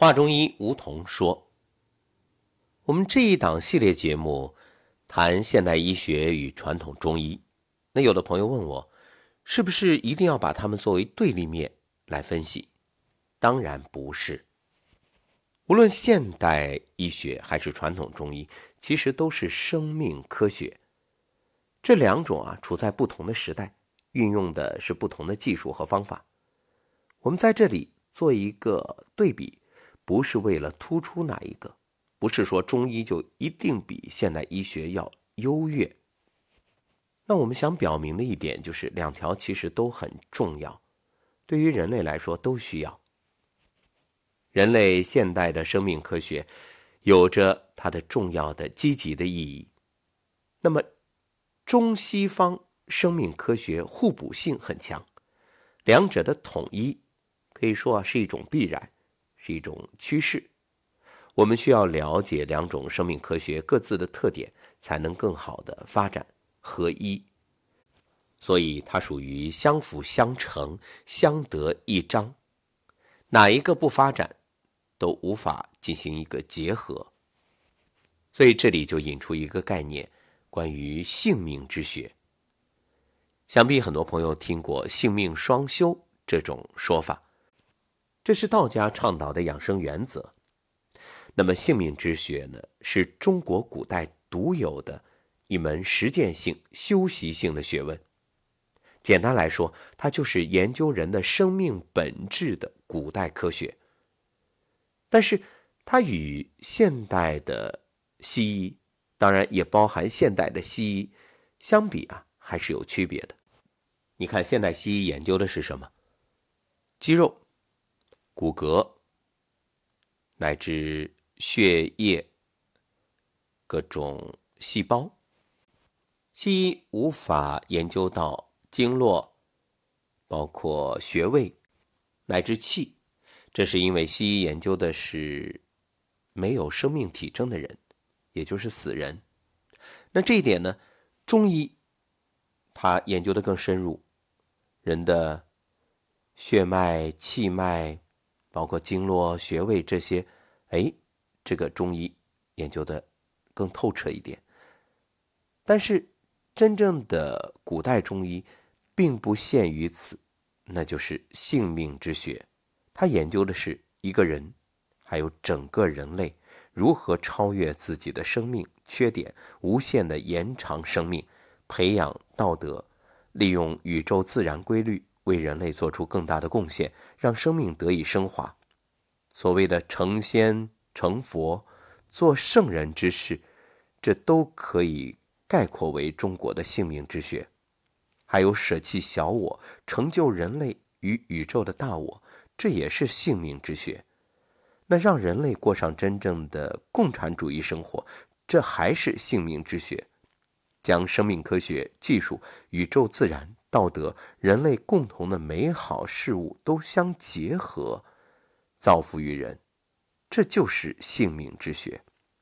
话中医吴桐说，我们这一档系列节目谈现代医学与传统中医。那有的朋友问我，是不是一定要把它们作为对立面来分析？当然不是。无论现代医学还是传统中医，其实都是生命科学。这两种处在不同的时代，运用的是不同的技术和方法。我们在这里做一个对比，不是为了突出哪一个，不是说中医就一定比现代医学要优越。那我们想表明的一点就是，两条其实都很重要，对于人类来说都需要。人类现代的生命科学有着它的重要的积极的意义。那么中西方生命科学互补性很强，两者的统一可以说是一种必然，是一种趋势。我们需要了解两种生命科学各自的特点，才能更好的发展合一。所以它属于相辅相成，相得益彰，哪一个不发展都无法进行一个结合。所以这里就引出一个概念，关于性命之学。想必很多朋友听过性命双修这种说法，这是道家倡导的养生原则。那么性命之学呢，是中国古代独有的一门实践性、修习性的学问。简单来说，它就是研究人的生命本质的古代科学。但是它与现代的西医，当然也包含现代的西医相比还是有区别的。你看现代西医研究的是什么？肌肉、骨骼，乃至血液、各种细胞。西医无法研究到经络，包括穴位乃至气，这是因为西医研究的是没有生命体征的人，也就是死人。那这一点呢，中医它研究的更深入，人的血脉、气脉，包括经络、穴位这些，这个中医研究的更透彻一点。但是真正的古代中医并不限于此，那就是性命之学。它研究的是一个人，还有整个人类如何超越自己的生命缺点，无限的延长生命，培养道德，利用宇宙自然规律，为人类做出更大的贡献，让生命得以升华。所谓的成仙、成佛、做圣人之事，这都可以概括为中国的性命之学。还有舍弃小我，成就人类与宇宙的大我，这也是性命之学。那让人类过上真正的共产主义生活，这还是性命之学。将生命科学、技术、宇宙自然、道德、人类共同的美好事物都相结合，造福于人，这就是性命之学。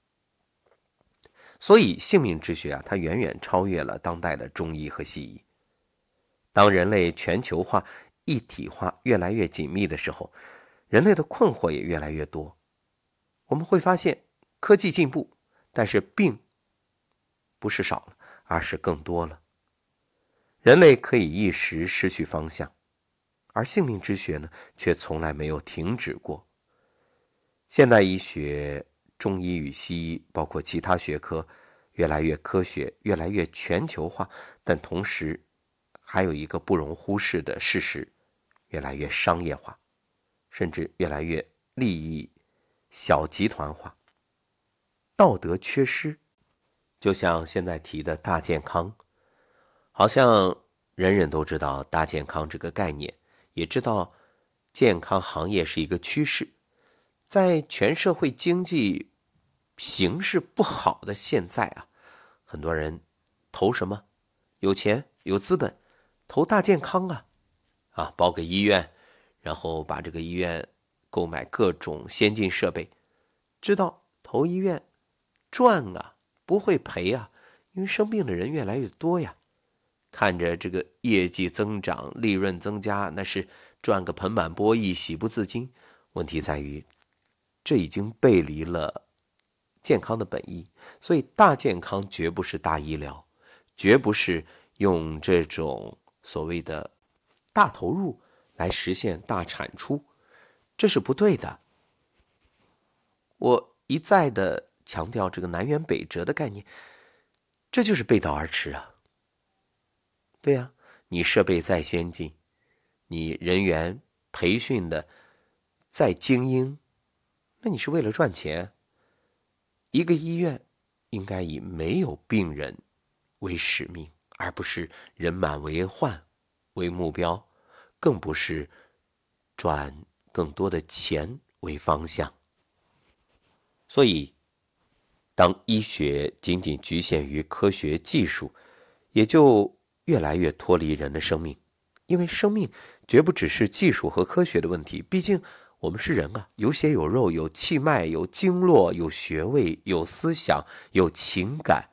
所以性命之学它远远超越了当代的中医和西医。当人类全球化、一体化越来越紧密的时候，人类的困惑也越来越多。我们会发现科技进步，但是病不是少了，而是更多了。人类可以一时失去方向，而性命之学呢，却从来没有停止过。现代医学、中医与西医，包括其他学科，越来越科学，越来越全球化，但同时还有一个不容忽视的事实，越来越商业化，甚至越来越利益小集团化，道德缺失。就像现在提的大健康，好像人人都知道大健康这个概念，也知道健康行业是一个趋势。在全社会经济形势不好的现在很多人投什么？有钱有资本，投大健康包个医院，然后把这个医院购买各种先进设备，知道投医院赚不会赔因为生病的人越来越多看着这个业绩增长，利润增加，那是赚个盆满钵溢，喜不自禁。问题在于这已经背离了健康的本意。所以大健康绝不是大医疗，绝不是用这种所谓的大投入来实现大产出，这是不对的。我一再的强调这个南辕北辙的概念，这就是背道而驰啊。对啊，你设备再先进，你人员培训的再精英，那你是为了赚钱。一个医院应该以没有病人为使命，而不是人满为患为目标，更不是赚更多的钱为方向。所以当医学仅仅局限于科学技术，也就越来越脱离人的生命。因为生命绝不只是技术和科学的问题，毕竟我们是人啊，有血有肉，有气脉，有经络，有穴位，有思想，有情感。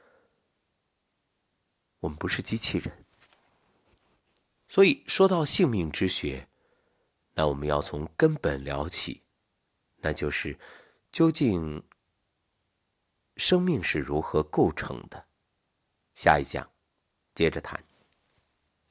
我们不是机器人。所以说到性命之学，那我们要从根本聊起，那就是究竟生命是如何构成的。下一讲接着谈。